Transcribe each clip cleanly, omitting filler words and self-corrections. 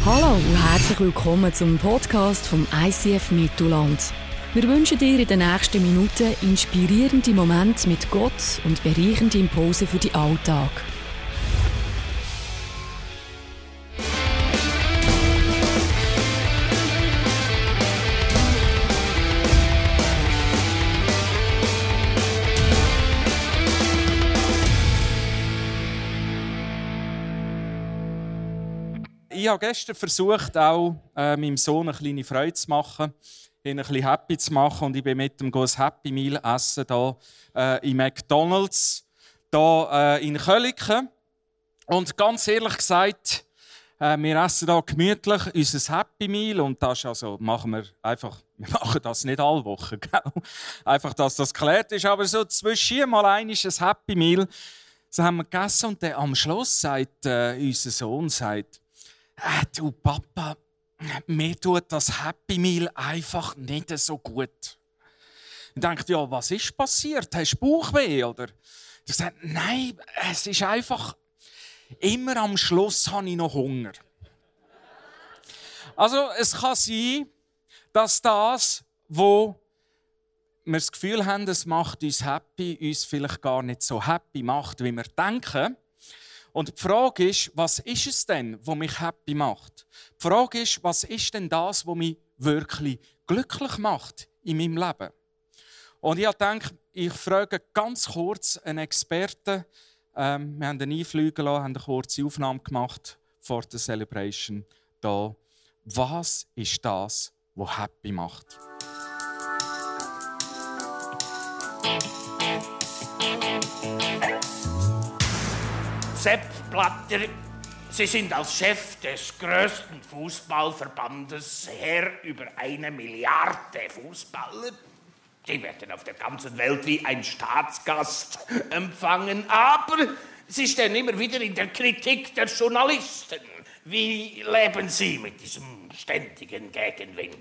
Hallo und herzlich willkommen zum Podcast vom ICF Mittelland. Wir wünschen dir in den nächsten Minuten inspirierende Momente mit Gott und bereichernde Impulse für den Alltag. Ich habe gestern versucht, auch meinem Sohn eine kleine Freude zu machen, ihn ein bisschen happy zu machen. Und ich bin mit ihm ein Happy Meal essen hier in McDonald's hier in Köliken. Und ganz ehrlich gesagt, wir essen hier gemütlich unser Happy Meal. Und das ist also, wir machen das nicht alle Wochen, gell? Einfach, dass das geklärt ist. Aber so zwischen mal ein Happy Meal. So haben wir gegessen und dann am Schluss sagt unser Sohn, du Papa, mir tut das Happy Meal einfach nicht so gut. Ich dachte, ja, was ist passiert? Hast du Bauchweh? Oder? Ich sagte, nein, es ist einfach, immer am Schluss habe ich noch Hunger. Also es kann sein, dass das, wo wir das Gefühl haben, es macht uns happy, uns vielleicht gar nicht so happy macht, wie wir denken. Und die Frage ist, was ist es denn, was mich happy macht? Die Frage ist, was ist denn das, was mich wirklich glücklich macht in meinem Leben? Und ich denke, ich frage ganz kurz einen Experten. Wir haben ihn einfliegen lassen, haben eine kurze Aufnahme gemacht vor der Celebration. Da. Was ist das, was happy macht? Sepp Blatter, Sie sind als Chef des größten Fußballverbandes Herr über 1 Milliarde Fußballer. Sie werden auf der ganzen Welt wie ein Staatsgast empfangen, aber Sie stehen immer wieder in der Kritik der Journalisten. Wie leben Sie mit diesem ständigen Gegenwind?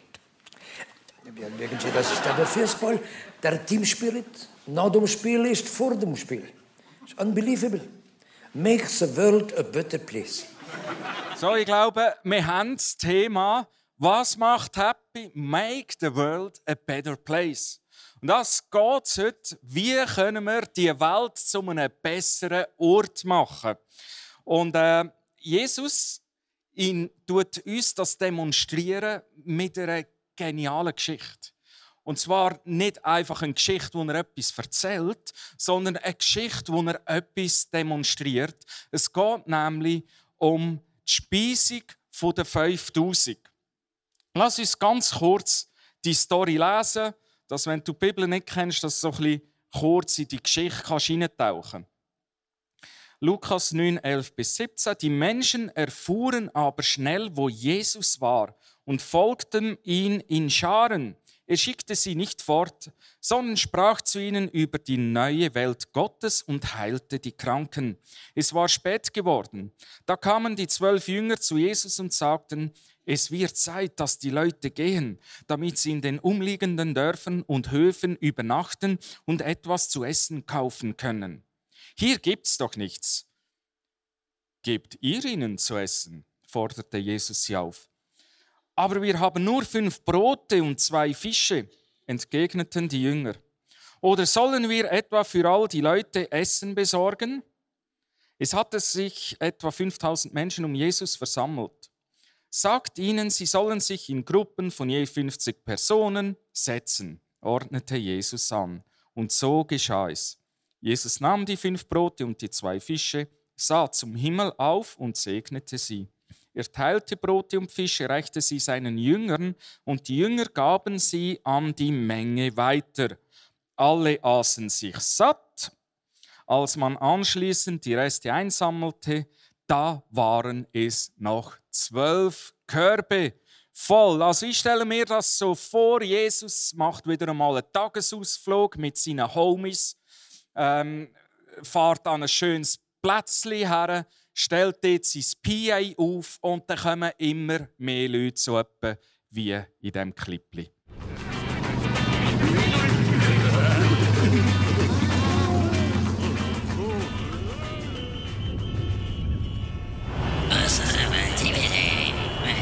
Wegen das ist der Fußball, der Teamspirit. Nach dem Spiel ist vor dem Spiel. It's unbelievable. Make the world a better place. So, ich glaube, wir haben das Thema, was macht happy? Make the world a better place. Und das geht heute, wie können wir die Welt zu einem besseren Ort machen. Und Jesus tut uns das demonstrieren mit einer genialen Geschichte. Und zwar nicht einfach eine Geschichte, wo er etwas erzählt, sondern eine Geschichte, wo er etwas demonstriert. Es geht nämlich um die Speisung der 5000. Lass uns ganz kurz die Story lesen, dass, wenn du die Bibel nicht kennst, dass du so ein bisschen kurz in die Geschichte hineintauchen kannst. Lukas 9, 11-17. Die Menschen erfuhren aber schnell, wo Jesus war, und folgten ihm in Scharen. Er schickte sie nicht fort, sondern sprach zu ihnen über die neue Welt Gottes und heilte die Kranken. Es war spät geworden. Da kamen die 12 Jünger zu Jesus und sagten: Es wird Zeit, dass die Leute gehen, damit sie in den umliegenden Dörfern und Höfen übernachten und etwas zu essen kaufen können. Hier gibt's doch nichts. Gebt ihr ihnen zu essen, forderte Jesus sie auf. Aber wir haben nur 5 Brote und 2 Fische, entgegneten die Jünger. Oder sollen wir etwa für all die Leute Essen besorgen? Es hatten sich etwa 5000 Menschen um Jesus versammelt. Sagt ihnen, sie sollen sich in Gruppen von je 50 Personen setzen, ordnete Jesus an. Und so geschah es. Jesus nahm die 5 Brote und die 2 Fische, sah zum Himmel auf und segnete sie. Er teilte Brote und Fische, reichte sie seinen Jüngern, und die Jünger gaben sie an die Menge weiter. Alle aßen sich satt. Als man anschließend die Reste einsammelte, da waren es noch 12 Körbe voll. Also ich stelle mir das so vor, Jesus macht wieder einmal einen Tagesausflug mit seinen Homies, fährt an ein schönes Plätzchen her, stellt dort sein PA auf und dann kommen immer mehr Leute, so etwa wie in diesem Clipli. Was haben Sie bitte?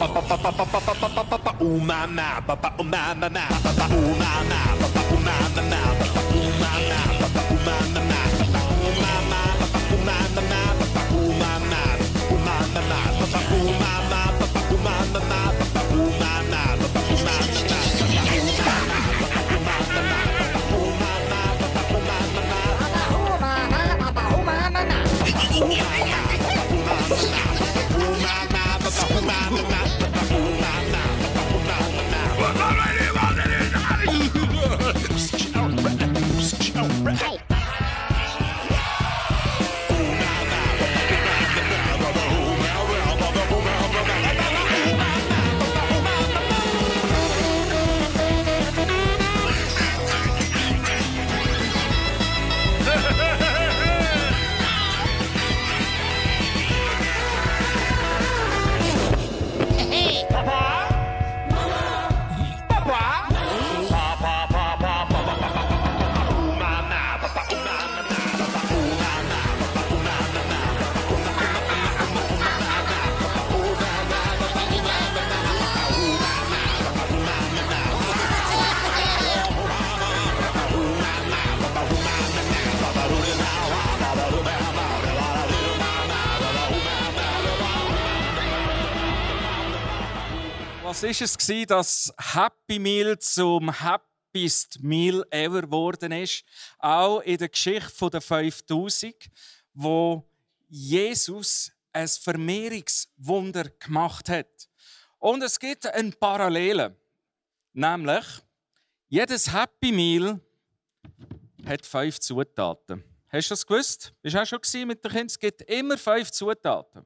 Was war es, dass Happy Meal zum Happiest Meal ever geworden ist? Auch in der Geschichte der 5000, wo Jesus ein Vermehrungswunder gemacht hat. Und es gibt eine Parallele. Nämlich, jedes Happy Meal hat 5 Zutaten. Hast du das gewusst? Bist du auch schon mit den Kindern? Es gibt immer 5 Zutaten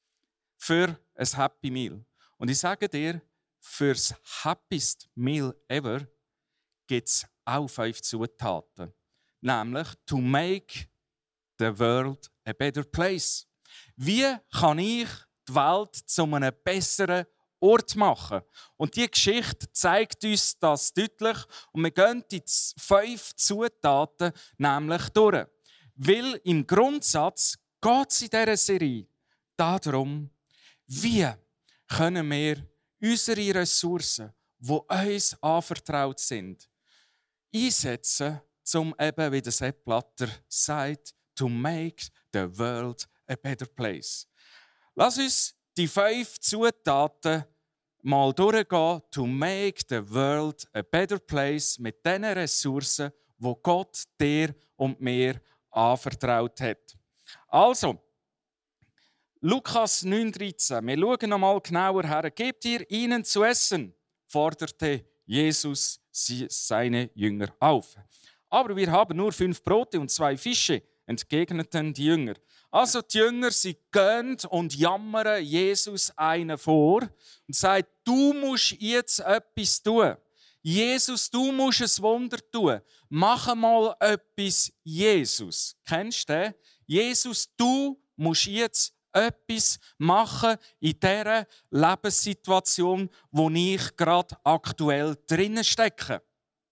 für ein Happy Meal. Und ich sage dir, für das Happiest Meal ever gibt es auch 5 Zutaten. Nämlich, to make the world a better place. Wie kann ich die Welt zu einem besseren Ort machen? Und diese Geschichte zeigt uns das deutlich. Und wir gehen die 5 Zutaten nämlich durch. Weil im Grundsatz geht es in dieser Serie darum, wie können wir unsere Ressourcen, die uns anvertraut sind, einsetzen, um eben, wie der Sepp Blatter sagt, to make the world a better place. Lass uns die 5 Zutaten mal durchgehen, to make the world a better place, mit den Ressourcen, die Gott dir und mir anvertraut hat. Also, Lukas 9,13. Wir schauen noch mal genauer her. Gebt ihr ihnen zu essen, forderte Jesus seine Jünger auf. Aber wir haben nur 5 Brote und 2 Fische, entgegneten die Jünger. Also die Jünger, sie gehen und jammern Jesus einen vor und sagen, du musst jetzt etwas tun. Jesus, du musst ein Wunder tun. Mach mal etwas, Jesus. Kennst du den? Jesus, du musst jetzt etwas machen in dieser Lebenssituation, wo ich gerade aktuell drinnen stecke.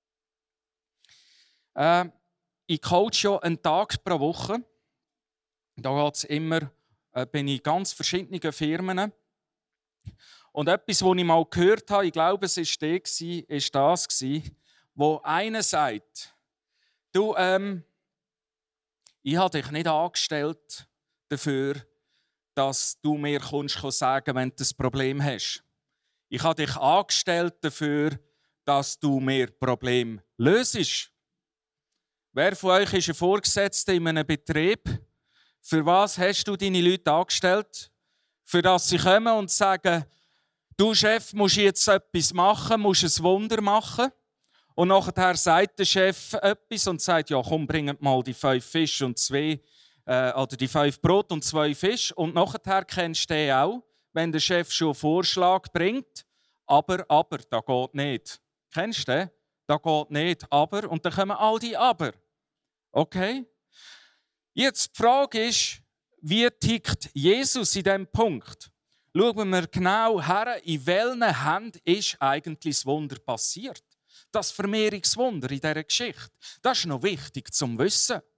Ich coache ja einen Tag pro Woche. Da geht's immer, bin ich in ganz verschiedenen Firmen. Und etwas, was ich mal gehört habe, ich glaube, es war das, wo einer sagt, du, ich habe dich nicht angestellt dafür, dass du mir sagen kannst, wenn du ein Problem hast. Ich habe dich angestellt dafür, dass du mir Probleme löst. Wer von euch ist ein Vorgesetzter in einem Betrieb? Für was hast du deine Leute angestellt? Für das sie kommen und sagen, du Chef, musst jetzt etwas machen, musst ein Wunder machen. Und nachher sagt der Chef etwas und sagt, ja komm, bringt mal die 5 Fische und 2 oder die 5 Brot und 2 Fische. Und nachher kennst du den auch, wenn der Chef schon einen Vorschlag bringt. Aber, da geht nicht. Kennst du den? Da geht nicht, aber. Und dann kommen all die Aber. Okay? Jetzt die Frage ist, wie tickt Jesus in diesem Punkt? Schauen wir genau her, in welchen Händen ist eigentlich das Wunder passiert. Das Vermehrungswunder in dieser Geschichte. Das ist noch wichtig zum Wissen.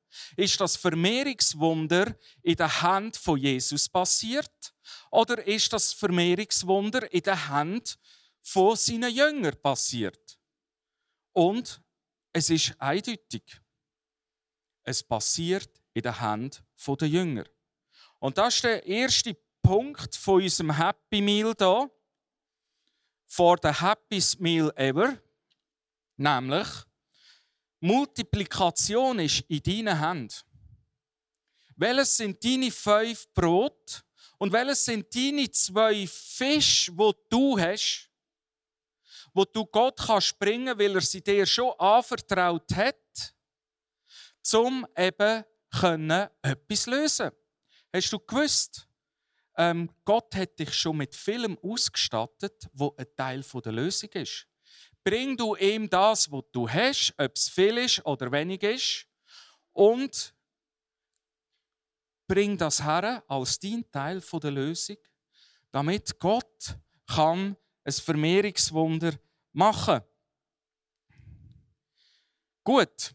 Ist das Vermehrungswunder in der Hand von Jesus passiert? Oder ist das Vermehrungswunder in der Hand von seinen Jüngern passiert? Und es ist eindeutig. Es passiert in der Hand der Jünger. Und das ist der erste Punkt von unserem Happy Meal hier. For the happiest meal ever. Nämlich, Multiplikation ist in deinen Händen. Welches sind deine 5 Brot und welches sind deine 2 Fische, die du hast, wo du Gott kannst bringen, weil er sie dir schon anvertraut hat, um eben etwas zu lösen. Hast du gewusst, Gott hat dich schon mit vielem ausgestattet, wo ein Teil der Lösung ist. Bring du ihm das, was du hast, ob es viel ist oder wenig ist, und bring das her als dein Teil der Lösung, damit Gott kann ein Vermehrungswunder machen. Gut.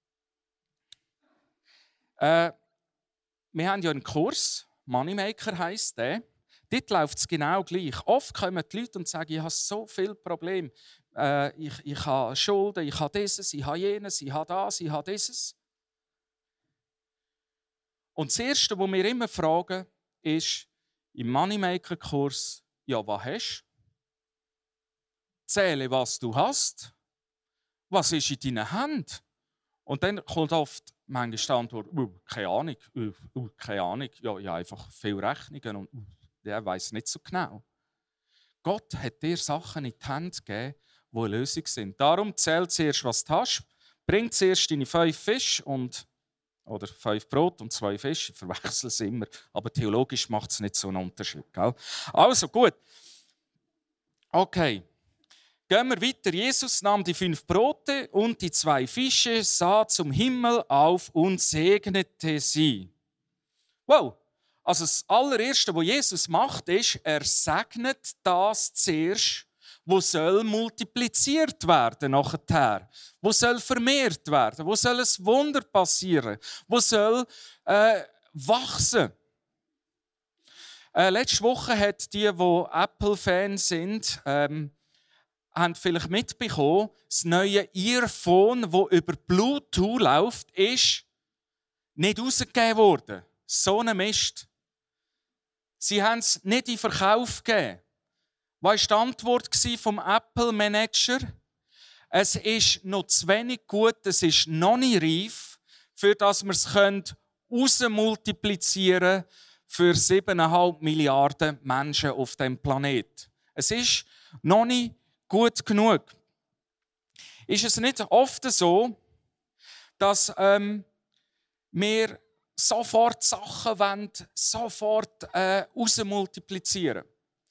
Wir haben ja einen Kurs, Moneymaker heisst der. Dort läuft es genau gleich. Oft kommen die Leute und sagen, ich habe so viele Probleme. Ich habe Schulden, ich habe dieses, ich habe jenes, ich habe das, ich habe dieses. Und das Erste, was wir immer fragen, ist im Moneymaker-Kurs, ja, was hast du? Zähle, was du hast. Was ist in deinen Händen? Und dann kommt oft manchmal die Antwort, keine Ahnung, keine Ahnung. Ja, einfach viele Rechnungen und der weiß nicht so genau. Gott hat dir Sachen in die Hände gegeben, die eine Lösung sind. Darum zähl zuerst, was du hast. Bring zuerst deine 5 Fische oder 5 Brot und 2 Fische. Ich verwechsel es immer, aber theologisch macht es nicht so einen Unterschied. Gell? Also gut. Okay. Gehen wir weiter. Jesus nahm die 5 Brote und die 2 Fische, sah zum Himmel auf und segnete sie. Wow! Also das allererste, was Jesus macht, ist, er segnet das zuerst, wo soll multipliziert werden nachher, wo soll vermehrt werden, wo soll ein Wunder passieren, wo soll wachsen. Letzte Woche hat die Apple-Fans sind, haben vielleicht mitbekommen, das neue Earphone, das über Bluetooth läuft, ist nicht rausgegeben worden. So ein Mist. Sie haben es nicht in Verkauf gegeben. Was war die Antwort vom Apple-Manager? Es ist noch zu wenig gut, es ist noch nicht reif, für dass wir es rausmultiplizieren für 7,5 Milliarden Menschen auf dem Planeten. Es ist noch nicht gut genug. Ist es nicht oft so, dass wir sofort Sachen wollen, sofort rausmultiplizieren?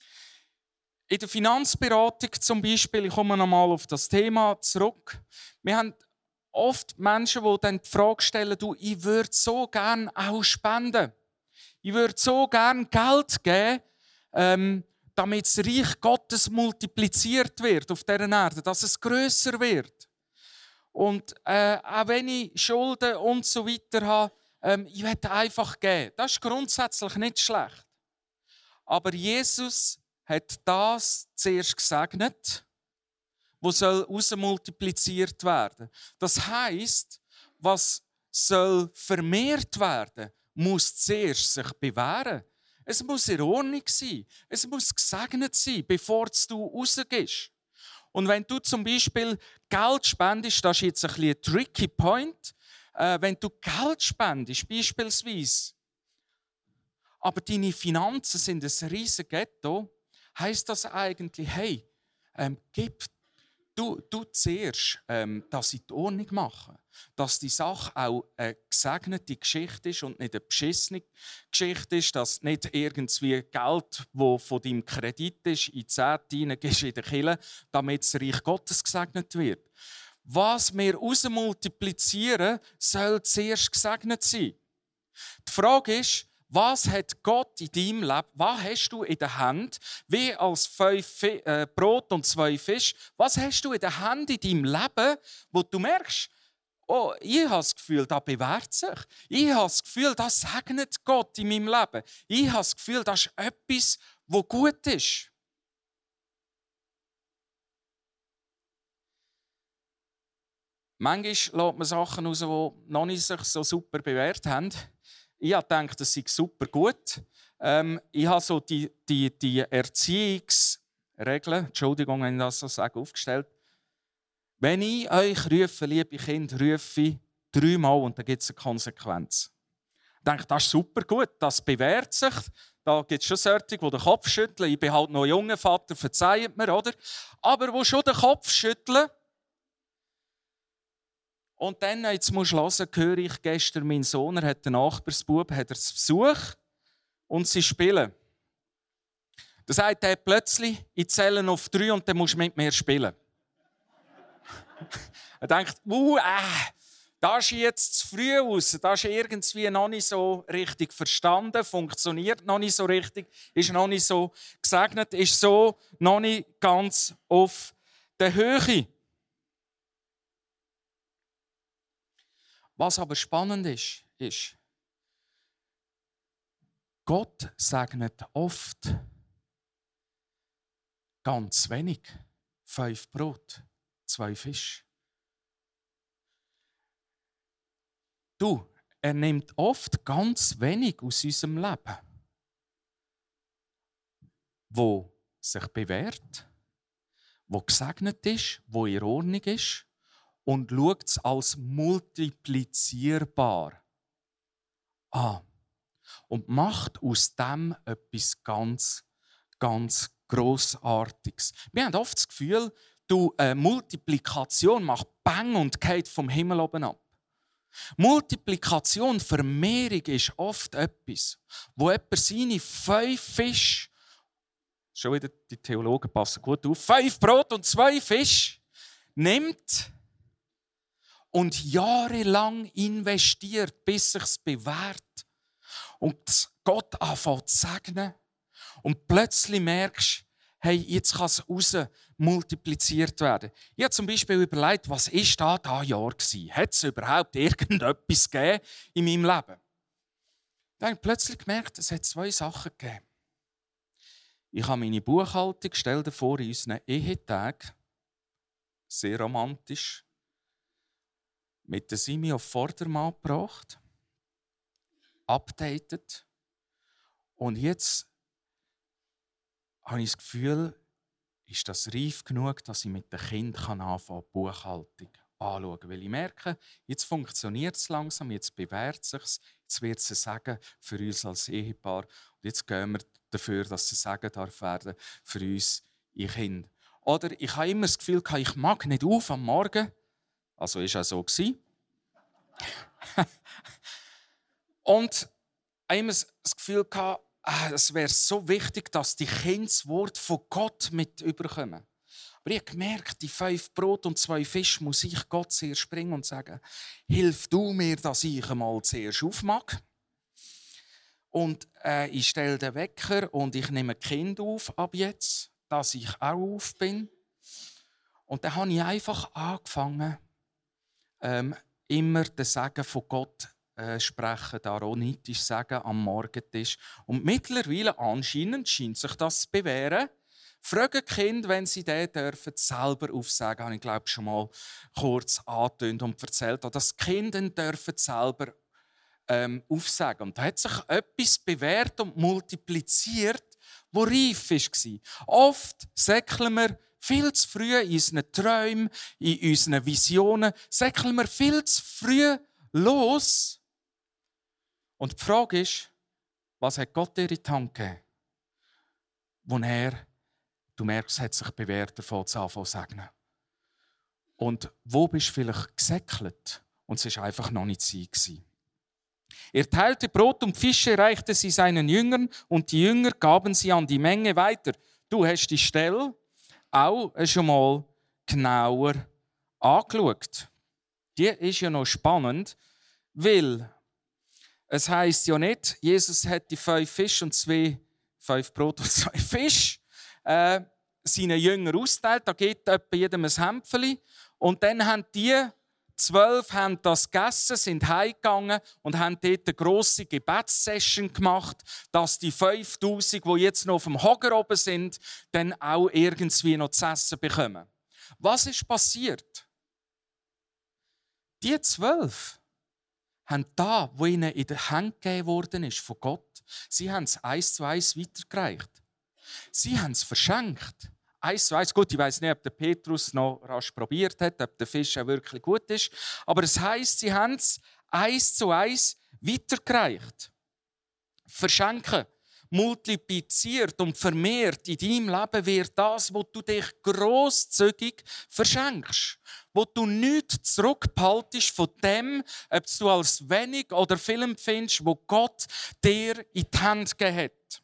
In der Finanzberatung zum Beispiel, ich komme nochmal auf das Thema zurück, wir haben oft Menschen, die dann die Frage stellen, du, ich würde so gerne auch spenden. Ich würde so gerne Geld geben, damit das Reich Gottes multipliziert wird auf dieser Erde, dass es grösser wird. Und auch wenn ich Schulden und so weiter habe, ich möchte einfach geben. Das ist grundsätzlich nicht schlecht. Aber Jesus hat das zuerst gesegnet, was soll multipliziert werden. Das heisst, was soll vermehrt werden, muss zuerst sich bewähren. Es muss in Ordnung sein. Es muss gesegnet sein, bevor du rausgehst. Und wenn du zum Beispiel Geld spendest, das ist jetzt ein bisschen ein tricky point, wenn du Geld spendest, beispielsweise, aber deine Finanzen sind ein riesiges Ghetto, heisst das eigentlich, hey, gib du zuerst das in die Ordnung machen. Dass die Sache auch eine gesegnete Geschichte ist und nicht eine beschissene Geschichte ist, dass nicht irgendwie Geld, das von deinem Kredit ist, in die Zehnte hineingehst in die Kirche, damit das Reich Gottes gesegnet wird. Was wir rausmultiplizieren, soll zuerst gesegnet sein. Die Frage ist, was hat Gott in deinem Leben, was hast du in der Hand, wie als 5 Brot und 2 Fische, was hast du in der Hand in deinem Leben, wo du merkst, oh, ich habe das Gefühl, das bewährt sich. Ich habe das Gefühl, das segnet Gott in meinem Leben. Ich habe das Gefühl, das ist etwas, was gut ist. Manchmal lässt man Sachen raus, die noch nicht sich so super bewährt haben. Ich habe gedacht, das sei super gut. Ich habe so die Erziehungsregeln, Entschuldigung, wenn ich das so sage, aufgestellt. Wenn ich euch rufe, liebe Kinder, rufe ich 3-mal und dann gibt es eine Konsequenz. Ich denke, das ist super gut, das bewährt sich. Da gibt es schon solche, die den Kopf schütteln. Ich bin halt noch ein junger Vater, verzeiht mir, oder? Aber die schon den Kopf schütteln. Und dann, jetzt musst du hören, höre ich gestern, mein Sohn, er hat einen Nachbarsbub, hat er zu Besuch und sie spielen. Da sagt er plötzlich, ich zähle auf 3 und dann musst du mit mir spielen. Er denkt, das ist jetzt zu früh raus, das ist irgendwie noch nicht so richtig verstanden, funktioniert noch nicht so richtig, ist noch nicht so gesegnet, ist so noch nicht ganz auf der Höhe. Was aber spannend ist, Gott segnet oft ganz wenig. 5 Brot, 2 Fische. Er nimmt oft ganz wenig aus unserem Leben, wo sich bewährt, wo gesegnet ist, wo in Ordnung ist und schaut es als multiplizierbar an und macht aus dem etwas ganz, ganz Grossartiges. Wir haben oft das Gefühl, Multiplikation macht Bang und geht vom Himmel oben ab. Multiplikation, Vermehrung ist oft etwas, wo jemand seine 5 Fische, schon wieder die Theologen passen gut auf, 5 Brot und 2 Fische nimmt und jahrelang investiert, bis sich es bewährt und Gott anfängt zu segnen und plötzlich merkst, hey, jetzt kann es raus multipliziert werden. Ich habe zum Beispiel überlegt, was war da Jahr gewesen? Hat es überhaupt irgendetwas gegeben in meinem Leben? Dann habe ich plötzlich gemerkt, es hat 2 Sachen gegeben. Ich habe meine Buchhaltung, stell dir vor, in unseren Ehetagen, sehr romantisch, mit der Simi auf Vordermann gebracht, updated und jetzt habe ich das Gefühl, ist das reif genug, dass ich mit den Kindern anfangen kann, Buchhaltung anschauen. Weil ich merke, jetzt funktioniert es langsam, jetzt bewährt es sich, jetzt wird es ein Segen für uns als Ehepaar. Und jetzt gehen wir dafür, dass es ein Segen darf werden für uns, ihr Kind. Oder ich habe immer das Gefühl, ich mag nicht auf am Morgen. Also war auch so. Und ich habe immer das Gefühl, es wäre so wichtig, dass die Kinder das Wort von Gott mit überkommen. Aber ich habe gemerkt, die 5 Brot und 2 Fische muss ich Gott zuerst bringen und sagen, hilf du mir, dass ich einmal zuerst aufmache. Und ich stelle den Wecker und ich nehme Kind auf ab jetzt, dass ich auch auf bin. Und dann habe ich einfach angefangen, immer den Segen von Gott sprechen, aaronisch sagen, am Morgentisch. Und mittlerweile anscheinend scheint sich das zu bewähren. Fragen die Kinder, wenn sie den dürfen, selber aufsagen. Habe ich, glaube ich, schon mal kurz angetönt und erzählt, dass die Kinder dürfen selber aufsagen. Und da hat sich etwas bewährt und multipliziert, das reif war. Oft säckeln wir viel zu früh in unseren Träumen, in unseren Visionen, säckeln wir viel zu früh los. Und die Frage ist, was hat Gott dir in die Hand gegeben, wo du merkst, es hat sich bewährt, davon zu anfangen zu segnen. Und wo bist du vielleicht gesäckelt und es war einfach noch nicht Zeit gewesen. Er teilte Brot und Fische, reichte sie seinen Jüngern und die Jünger gaben sie an die Menge weiter. Du hast die Stelle auch schon mal genauer angeschaut. Die ist ja noch spannend, weil es heisst ja nicht, Jesus hat die 5 Fische und 5 Brot und 2 Fische seinen Jüngern austeilt. Da geht etwa jedem ein Hämpfchen. Und dann haben die 12 haben das gegessen, sind heimgegangen und haben dort eine grosse Gebetssession gemacht, dass die 5000, die jetzt noch auf dem Hocker oben sind, dann auch irgendwie noch zu essen bekommen. Was ist passiert? Die 12 haben da, wo ihnen in der Hand gegeben worden ist von Gott, sie haben es 1:1 weitergereicht. Sie haben es verschenkt. 1:1. Gut, ich weiss nicht, ob der Petrus noch rasch probiert hat, ob der Fisch auch wirklich gut ist. Aber es heisst, sie haben es 1:1 weitergereicht. Verschenken, multipliziert und vermehrt in deinem Leben wird das, wo du dich grosszügig verschenkst. Wo du nichts zurückbehaltest von dem, ob du als wenig oder viel empfindest, wo Gott dir in die Hand gegeben hat.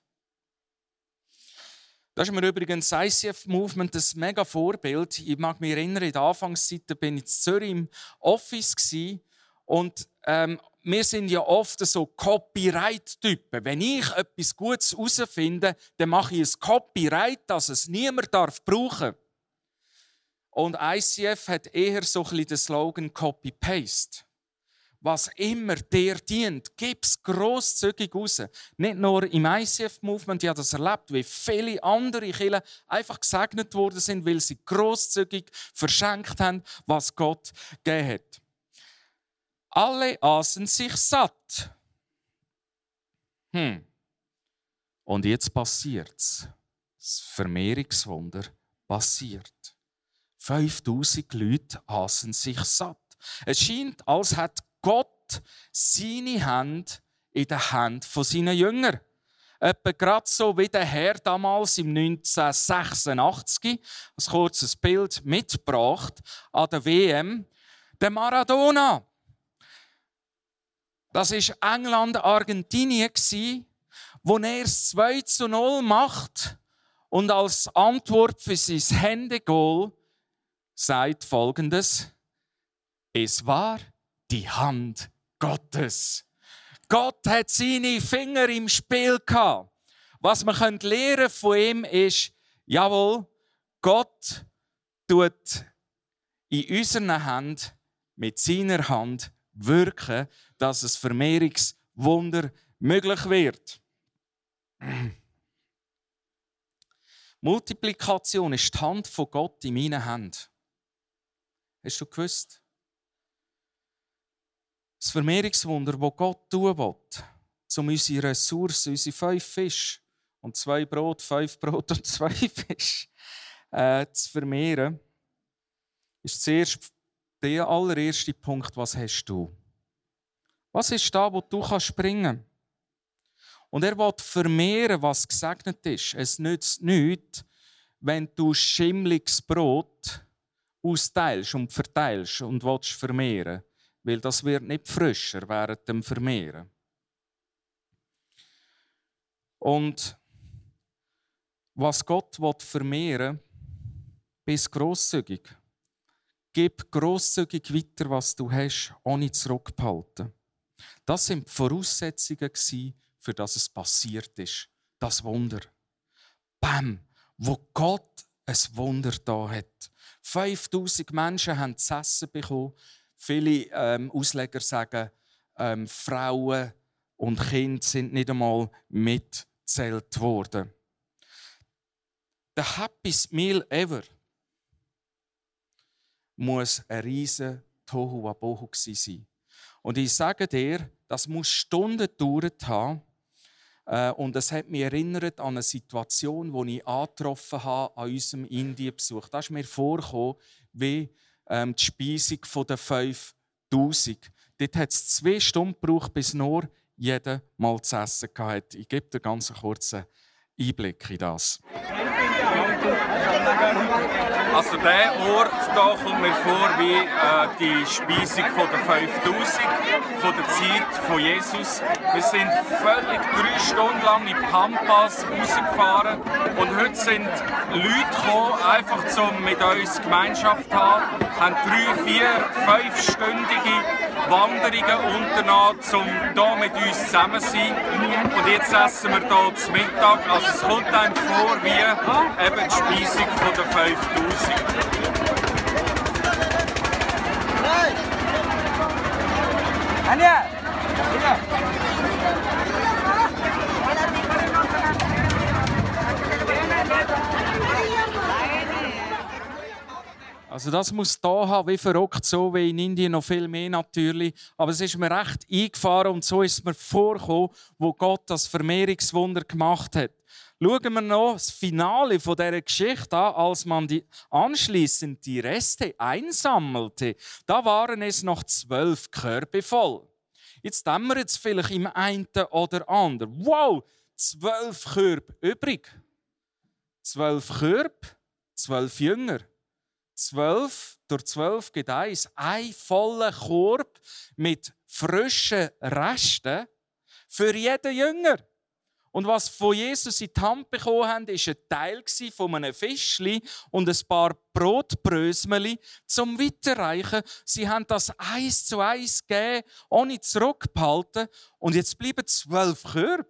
Das ist mir übrigens das ICF-Movement ein mega Vorbild. Ich mag mich erinnern, in der Anfangszeit war ich in Zürich im Office und wir sind ja oft so Copyright-Typen. Wenn ich etwas Gutes herausfinde, dann mache ich ein Copyright, dass es niemand brauchen darf. Und ICF hat eher so ein bisschen den Slogan Copy-Paste. Was immer dir dient, gib es grosszügig raus. Nicht nur im ICF-Movement, ich habe das erlebt, wie viele andere Kirchen einfach gesegnet worden sind, weil sie grosszügig verschenkt haben, was Gott gegeben hat. Alle aßen sich satt. Und jetzt passiert's. Das Vermehrungswunder passiert. 5000 Leute aßen sich satt. Es scheint, als hätte Gott seine Hand in der Hand von seinen Jüngern. Etwa gerade so wie der Herr damals im 1986 ein kurzes Bild mitgebracht an der WM, der Maradona. Das war England-Argentinien, wo er 2:0 macht und als Antwort für sein Händegoal sagt Folgendes: Es war die Hand Gottes. Gott hat seine Finger im Spiel gehabt. Was man lernen von ihm ist, jawohl, Gott tut in unseren Händen mit seiner Hand wirken, dass ein Vermehrungswunder möglich wird. Multiplikation ist die Hand von Gott in meinen Händen. Hast du gewusst? Das Vermehrungswunder, das Gott tun will, um unsere Ressourcen, unsere 5 Fische und 2 Brot, 5 Brot und 2 Fische zu vermehren, ist zuerst der allererste Punkt, was hast du? Was ist da, wo du bringen kannst? Und er will vermehren, was gesegnet ist. Es nützt nichts, wenn du schimmliges Brot austeilst und verteilst und willst vermehren. Weil das wird nicht frischer während dem Vermehren. Und was Gott vermehren will, bist grosszügig. Gib grosszügig weiter, was du hast, ohne zurückzuhalten. Das sind die Voraussetzungen, für das es passiert ist. Das Wunder. Bam! Wo Gott ein Wunder da hat. 5000 Menschen haben zu essen bekommen. Viele Ausleger sagen, Frauen und Kinder sind nicht einmal mitgezählt worden. The happiest meal ever muss ein riesen Tohuwabohu sein. Und ich sage dir, das muss Stunden gedauert haben. Und es hat mich erinnert an eine Situation, die ich angetroffen habe an unserem Indienbesuch. Das ist mir vorgekommen wie die Speisung der 5000. Dort hat es 2 Stunden gebraucht, bis nur jeder mal zu essen hatte. Ich gebe dir ganz einen kurzen Einblick in das. Also dieser Ort hier kommt mir vor wie die Speisung der 5000, von der Zeit von Jesus. Wir sind völlig 3 Stunden lang in Pampas rausgefahren und heute sind Leute gekommen, einfach um mit uns Gemeinschaft zu haben, haben 3, 4, 5-stündige Wanderungen unternommen, um hier mit uns zusammen zu sein. Und jetzt essen wir hier zu Mittag. Also es kommt einem vor wie eben die Speisung der 5000. Also das muss da haben, wie verrückt, so wie in Indien noch viel mehr natürlich. Aber es ist mir recht eingefahren und so ist es mir vorgekommen, wo Gott das Vermehrungswunder gemacht hat. Schauen wir noch das Finale von dieser Geschichte an, als man anschliessend die Reste einsammelte. Da waren es noch 12 Körbe voll. Jetzt dämmert es vielleicht im einen oder anderen. Wow, 12 Körbe übrig. 12 Körbe, 12 Jünger. 12 durch 12 gibt 1. Ein voller Korb mit frischen Resten für jeden Jünger. Und was von Jesus in die Hand bekommen haben, war ein Teil von einem Fischli und ein paar Brotbrösmeli zum Weiterreichen. Sie haben das 1 zu 1 gegeben, ohne zurückzuhalten. Und jetzt bleiben 12 Körbe.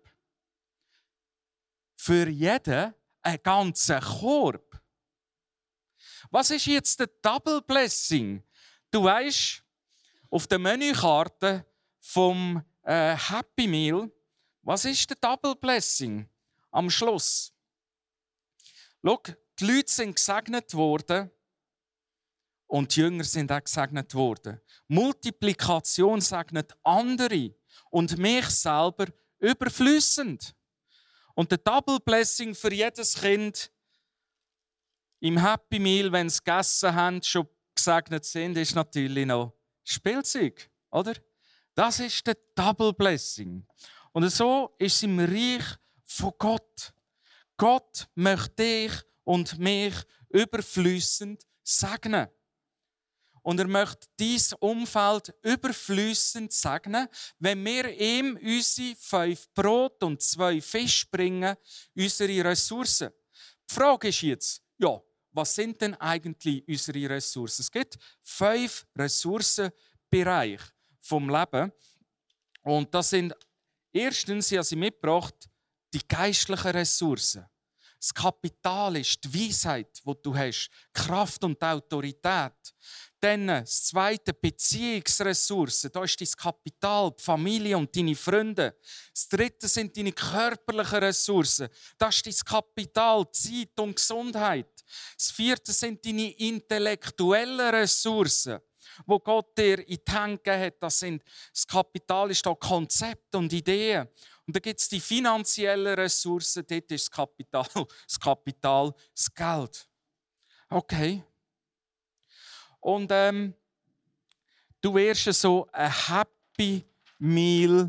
Für jeden ein ganzer Korb. Was ist jetzt der Double Blessing? Du weisst, auf der Menükarte vom Happy Meal, was ist der Double Blessing am Schluss? Schau, die Leute sind gesegnet worden und die Jünger sind auch gesegnet worden. Multiplikation segnet andere und mich selber überflüssend. Und der Double Blessing für jedes Kind im Happy Meal, wenn sie gegessen haben, schon gesegnet sind, ist natürlich noch Spielzeug, oder? Das ist der Double Blessing. Und so ist es im Reich von Gott. Gott möchte dich und mich überflüssend segnen. Und er möchte dieses Umfeld überflüssend segnen, wenn wir ihm unsere 5 Brot und 2 Fisch bringen, unsere Ressourcen. Die Frage ist jetzt, ja, was sind denn eigentlich unsere Ressourcen? Es gibt 5 Ressourcenbereiche vom Leben. Und das sind erstens, ich habe sie mitgebracht, die geistlichen Ressourcen. Das Kapital ist die Weisheit, die du hast, Kraft und Autorität. Dann das zweite, Beziehungsressourcen. Da ist dein Kapital, die Familie und deine Freunde. Das dritte sind deine körperlichen Ressourcen. Das ist dein Kapital, Zeit und Gesundheit. Das vierte sind deine intellektuellen Ressourcen, wo Gott dir in die Hand gegeben hat. Das Kapital ist da Konzepte und Ideen. Und dann gibt es die finanziellen Ressourcen. Dort ist das Kapital, das Geld. Okay. Und du wirst so ein Happy Meal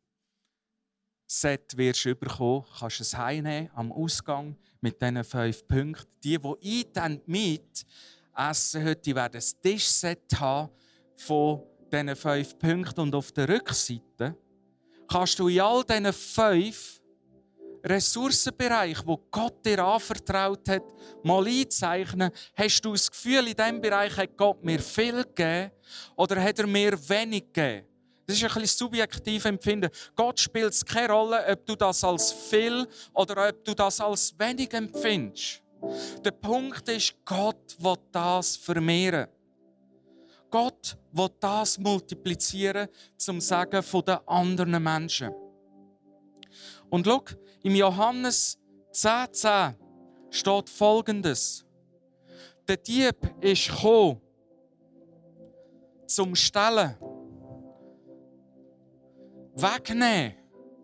Set bekommen. Du kannst es heimnehmen am Ausgang mit diesen 5 Punkten. Die dann mit essen heute, die werden ein Tischset haben von diesen 5 Punkten. Und auf der Rückseite kannst du in all diesen 5 Ressourcenbereichen, die Gott dir anvertraut hat, mal einzeichnen. Hast du das Gefühl, in diesem Bereich hat Gott mir viel gegeben oder hat er mir wenig gegeben? Das ist ein bisschen subjektiv empfinden. Gott spielt es keine Rolle, ob du das als viel oder ob du das als wenig empfindest. Der Punkt ist, Gott will das vermehren. Gott will das multiplizieren zum Segen der anderen Menschen. Und schau, im Johannes 10,10 steht Folgendes. Der Dieb ist gekommen, zum Stehlen, wegnehmen.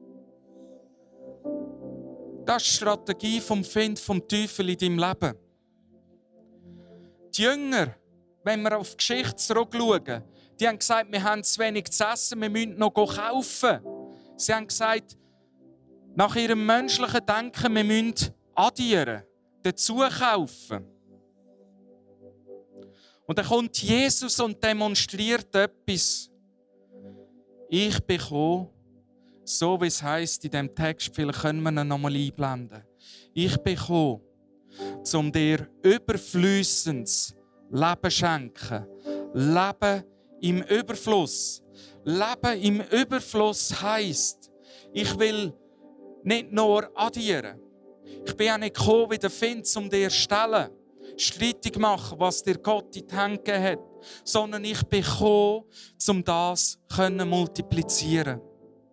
Das ist die Strategie vom Find vom Teufel in deinem Leben. Die Jünger, wenn wir auf die Geschichte zurückschauen, die haben gesagt, wir haben zu wenig zu essen, wir müssen noch kaufen. Sie haben gesagt, nach ihrem menschlichen Denken, wir müssen addieren, dazu kaufen. Und dann kommt Jesus und demonstriert etwas. Ich bin gekommen, so wie es heisst in diesem Text, vielleicht können wir ihn noch mal einblenden. Ich bin gekommen, um dir überflüssendes Leben zu schenken. Leben im Überfluss. Leben im Überfluss heisst, ich will nicht nur addieren. Ich bin auch nicht gekommen wie der Find, um dir zu stellen. streitig machen, was dir Gott in die Hände gegeben hat, sondern ich bin gekommen, um das zu multiplizieren.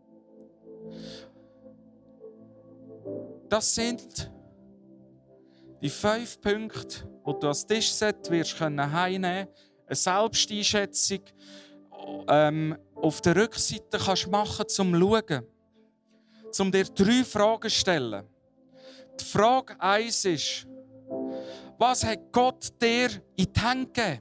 Das sind die 5 Punkte, die du als Tischset wirst heimnehmen können. Eine Selbsteinschätzung auf der Rückseite kannst machen, um zu schauen, um dir 3 Fragen zu stellen. Die Frage 1 ist, was hat Gott dir in die Hände gegeben?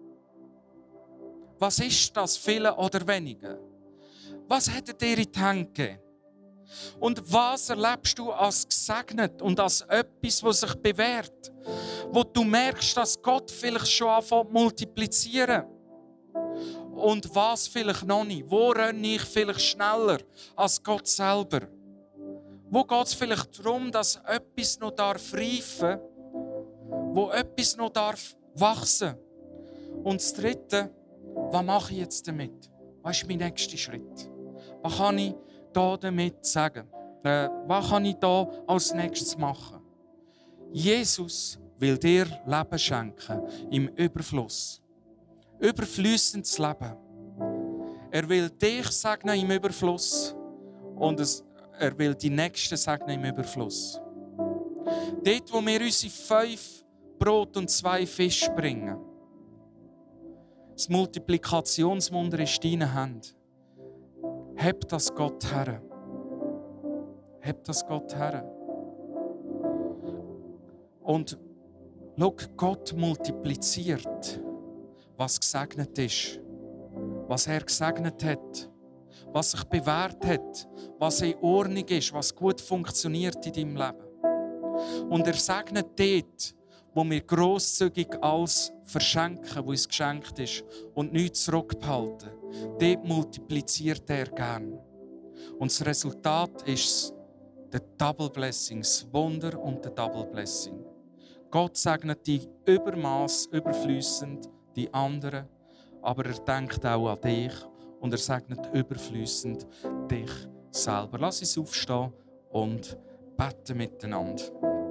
Was ist das, viele oder wenige? Was hat er dir in die Hände gegeben? Und was erlebst du als gesegnet und als etwas, das sich bewährt? Wo du merkst, dass Gott vielleicht schon anfängt zu multiplizieren. Und was vielleicht noch nicht? Wo renne ich vielleicht schneller als Gott selber? Wo geht es vielleicht darum, dass etwas noch reifen darf, wo etwas noch wachsen darf? Und das Dritte, was mache ich jetzt damit? Was ist mein nächster Schritt? Was kann ich damit sagen? Was kann ich da als nächstes machen? Jesus will dir Leben schenken im Überfluss. Überfließendes Leben. Er will dich segnen im Überfluss und er will die Nächsten segnen im Überfluss. Dort, wo wir unsere 5 Brot und 2 Fische bringen, das Multiplikationswunder ist in deinen Händen. Heb das Gott her. Heb das Gott her. Und schau, Gott multipliziert, was gesegnet ist, was er gesegnet hat, was sich bewährt hat, was in Ordnung ist, was gut funktioniert in deinem Leben. Und er segnet dort, wo wir grosszügig alles verschenken, was uns geschenkt ist und nichts zurückbehalten. Dort multipliziert er gern. Und das Resultat ist der Double Blessing, das Wunder und der Double Blessing. Gott segnet die Übermaß, überfließend die anderen, aber er denkt auch an dich und er segnet überfließend dich selber. Lass uns aufstehen und beten miteinander.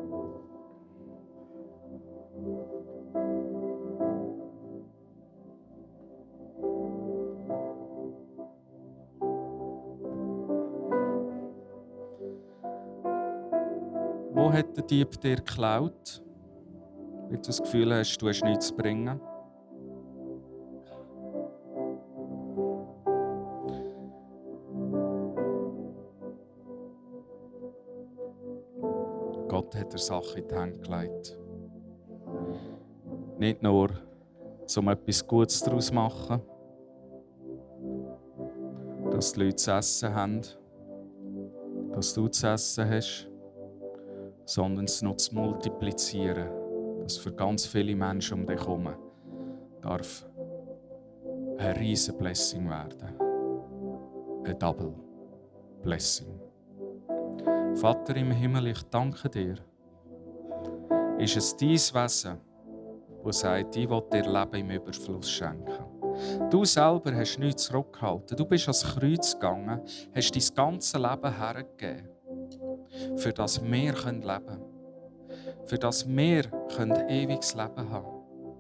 Wo hat der Dieb dir geklaut, weil du das Gefühl hast, du hast nichts zu bringen? Gott hat dir Sachen in die Hände gelegt. Nicht nur, um etwas Gutes daraus zu machen, dass die Leute zu essen haben, dass du zu essen hast, sondern es noch zu multiplizieren, dass für ganz viele Menschen um dich herum darf eine riesen Blessing werden. Ein Double Blessing. Vater im Himmel, ich danke dir. Ist es dein Wesen, das sagt, ich will dir Leben im Überfluss schenken. Du selber hast nichts zurückgehalten. Du bist ans Kreuz gegangen, hast dein ganzes Leben hergegeben, für das wir leben können. Für das wir ewiges Leben haben.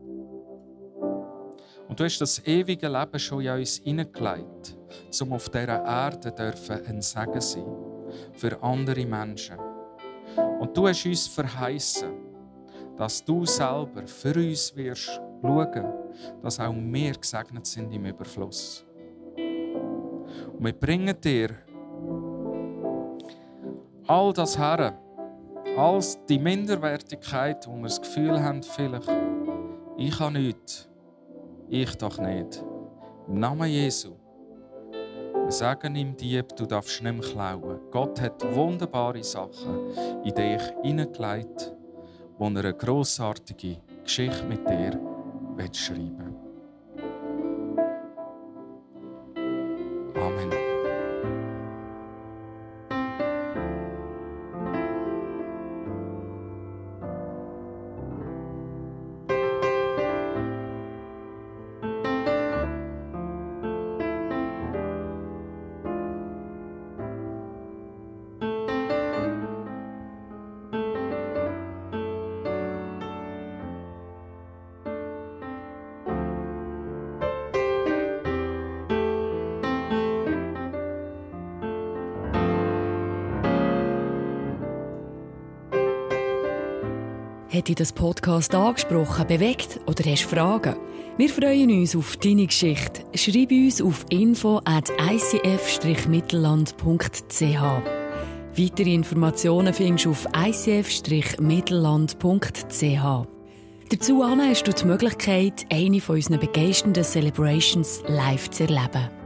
Und du hast das ewige Leben schon in uns hineingelegt, um auf dieser Erde ein Segen sein für andere Menschen. Und du hast uns verheißen, dass du selber für uns wirst schauen, dass auch wir gesegnet sind im Überfluss. Und wir bringen dir all das her, all die Minderwertigkeit, wo wir das Gefühl haben, vielleicht, ich habe nichts, ich doch nicht. Im Namen Jesu. Wir sagen ihm Dieb, du darfst nicht mehr klauen. Gott hat wunderbare Sachen in dich hineingelegt, wo er eine grossartige Geschichte mit dir schreiben will. Amen. Hat dich das Podcast angesprochen, bewegt oder hast Fragen? Wir freuen uns auf deine Geschichte. Schreib uns auf info@icf-mittelland.ch. Weitere Informationen findest du auf icf-mittelland.ch. Dazu hast du die Möglichkeit, eine von unseren begeisternden Celebrations live zu erleben.